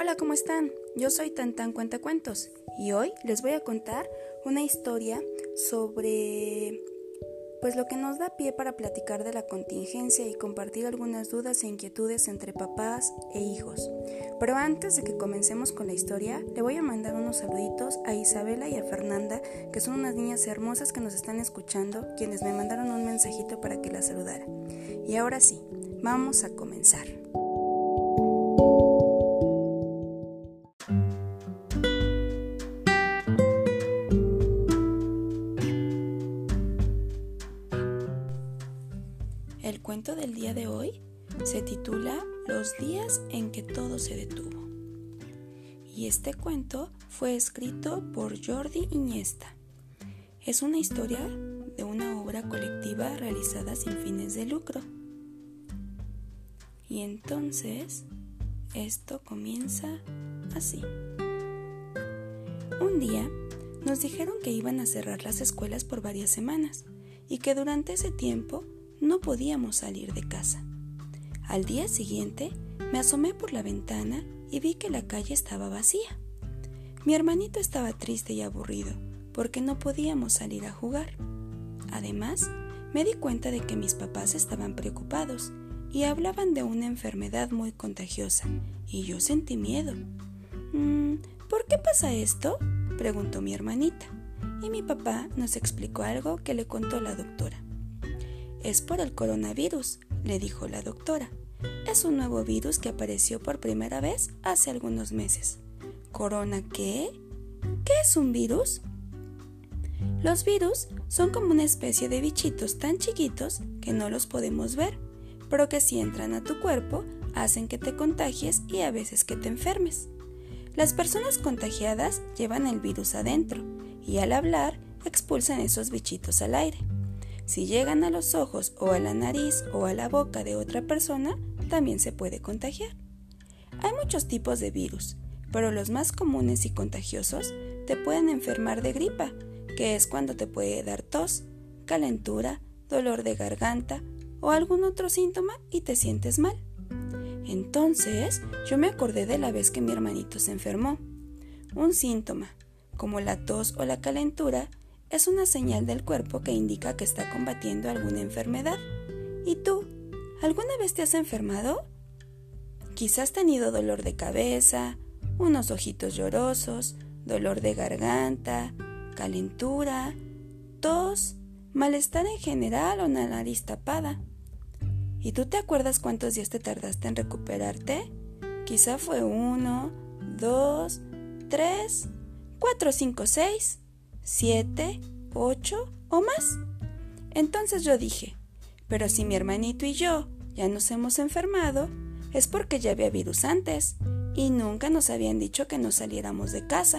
Hola, ¿cómo están? Yo soy Tantan Cuentacuentos y hoy les voy a contar una historia sobre lo que nos da pie para platicar de la contingencia y compartir algunas dudas e inquietudes entre papás e hijos. Pero antes de que comencemos con la historia, le voy a mandar unos saluditos a Isabela y a Fernanda, que son unas niñas hermosas que nos están escuchando, quienes me mandaron un mensajito para que las saludara. Y ahora sí, vamos a comenzar. El cuento del día de hoy se titula Los días en que todo se detuvo. Y este cuento fue escrito por Jordi Iniesta. Es una historia de una obra colectiva realizada sin fines de lucro. Y entonces, esto comienza así. Un día nos dijeron que iban a cerrar las escuelas por varias semanas y que durante ese tiempo no podíamos salir de casa. Al día siguiente me asomé por la ventana y vi que la calle estaba vacía. Mi hermanito estaba triste y aburrido porque no podíamos salir a jugar. Además, me di cuenta de que mis papás estaban preocupados y hablaban de una enfermedad muy contagiosa y yo sentí miedo. ¿Por qué pasa esto?, preguntó mi hermanita, y mi papá nos explicó algo que le contó la doctora. Es por el coronavirus, le dijo la doctora. Es un nuevo virus que apareció por primera vez hace algunos meses. ¿Corona qué? ¿Qué es un virus? Los virus son como una especie de bichitos tan chiquitos que no los podemos ver, pero que si entran a tu cuerpo hacen que te contagies y a veces que te enfermes. Las personas contagiadas llevan el virus adentro y al hablar expulsan esos bichitos al aire. Si llegan a los ojos o a la nariz o a la boca de otra persona, también se puede contagiar. Hay muchos tipos de virus, pero los más comunes y contagiosos te pueden enfermar de gripa, que es cuando te puede dar tos, calentura, dolor de garganta o algún otro síntoma y te sientes mal. Entonces, yo me acordé de la vez que mi hermanito se enfermó. Un síntoma, como la tos o la calentura, es una señal del cuerpo que indica que está combatiendo alguna enfermedad. ¿Y tú? ¿Alguna vez te has enfermado? Quizás has tenido dolor de cabeza, unos ojitos llorosos, dolor de garganta, calentura, tos, malestar en general o una nariz tapada. ¿Y tú te acuerdas cuántos días te tardaste en recuperarte? Quizá fue 1, 2, 3, 4, 5, 6... 7, 8 o más. Entonces yo dije, pero si mi hermanito y yo ya nos hemos enfermado, es porque ya había virus antes y nunca nos habían dicho que no saliéramos de casa.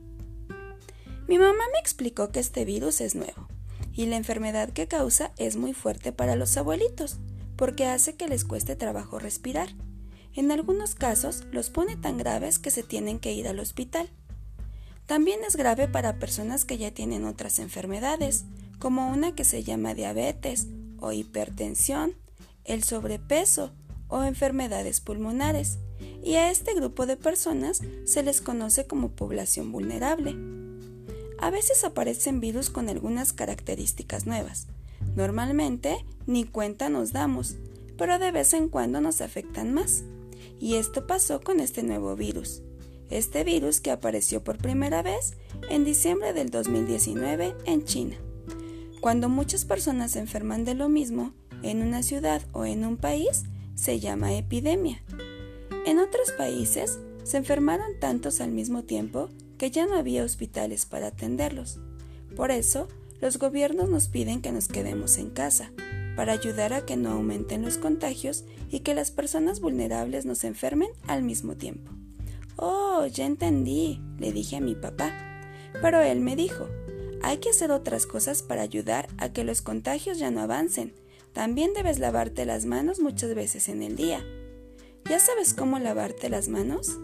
Mi mamá me explicó que este virus es nuevo y la enfermedad que causa es muy fuerte para los abuelitos porque hace que les cueste trabajo respirar. En algunos casos los pone tan graves que se tienen que ir al hospital. También es grave para personas que ya tienen otras enfermedades, como una que se llama diabetes o hipertensión, el sobrepeso o enfermedades pulmonares, y a este grupo de personas se les conoce como población vulnerable. A veces aparecen virus con algunas características nuevas. Normalmente ni cuenta nos damos, pero de vez en cuando nos afectan más. Y esto pasó con este nuevo virus. Este virus que apareció por primera vez en diciembre del 2019 en China. Cuando muchas personas se enferman de lo mismo en una ciudad o en un país, se llama epidemia. En otros países se enfermaron tantos al mismo tiempo que ya no había hospitales para atenderlos. Por eso, los gobiernos nos piden que nos quedemos en casa, para ayudar a que no aumenten los contagios y que las personas vulnerables no se enfermen al mismo tiempo. Oh, ya entendí, le dije a mi papá. Pero él me dijo, hay que hacer otras cosas para ayudar a que los contagios ya no avancen. También debes lavarte las manos muchas veces en el día. ¿Ya sabes cómo lavarte las manos?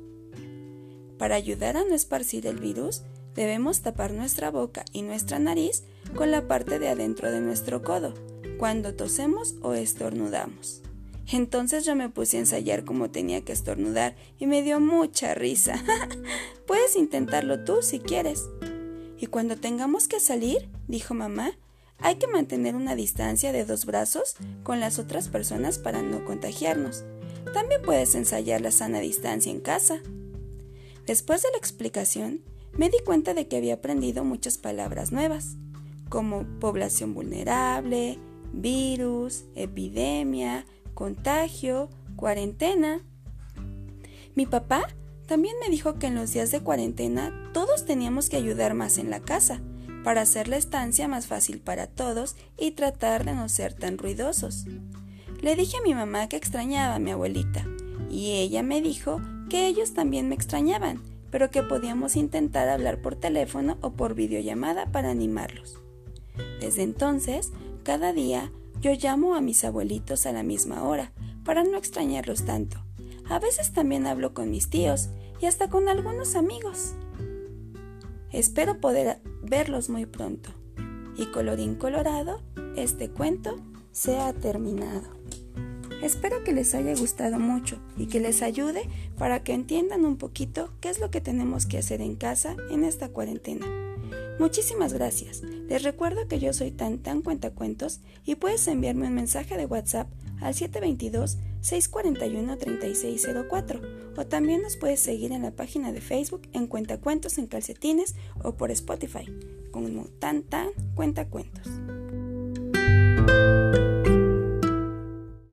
Para ayudar a no esparcir el virus, debemos tapar nuestra boca y nuestra nariz con la parte de adentro de nuestro codo, cuando tosemos o estornudamos. Entonces yo me puse a ensayar cómo tenía que estornudar y me dio mucha risa. Puedes intentarlo tú si quieres. Y cuando tengamos que salir, dijo mamá, hay que mantener una distancia de 2 brazos con las otras personas para no contagiarnos. También puedes ensayar la sana distancia en casa. Después de la explicación, me di cuenta de que había aprendido muchas palabras nuevas, como población vulnerable, virus, epidemia, contagio, cuarentena. Mi papá también me dijo que en los días de cuarentena todos teníamos que ayudar más en la casa, para hacer la estancia más fácil para todos y tratar de no ser tan ruidosos. Le dije a mi mamá que extrañaba a mi abuelita, y ella me dijo que ellos también me extrañaban, pero que podíamos intentar hablar por teléfono o por videollamada para animarlos. Desde entonces, cada día yo llamo a mis abuelitos a la misma hora, para no extrañarlos tanto. A veces también hablo con mis tíos y hasta con algunos amigos. Espero poder verlos muy pronto. Y colorín colorado, este cuento se ha terminado. Espero que les haya gustado mucho y que les ayude para que entiendan un poquito qué es lo que tenemos que hacer en casa en esta cuarentena. Muchísimas gracias. Les recuerdo que yo soy Tan Cuentacuentos y puedes enviarme un mensaje de WhatsApp al 722-641-3604 o también nos puedes seguir en la página de Facebook en Cuentacuentos en Calcetines o por Spotify como Tan Cuentacuentos.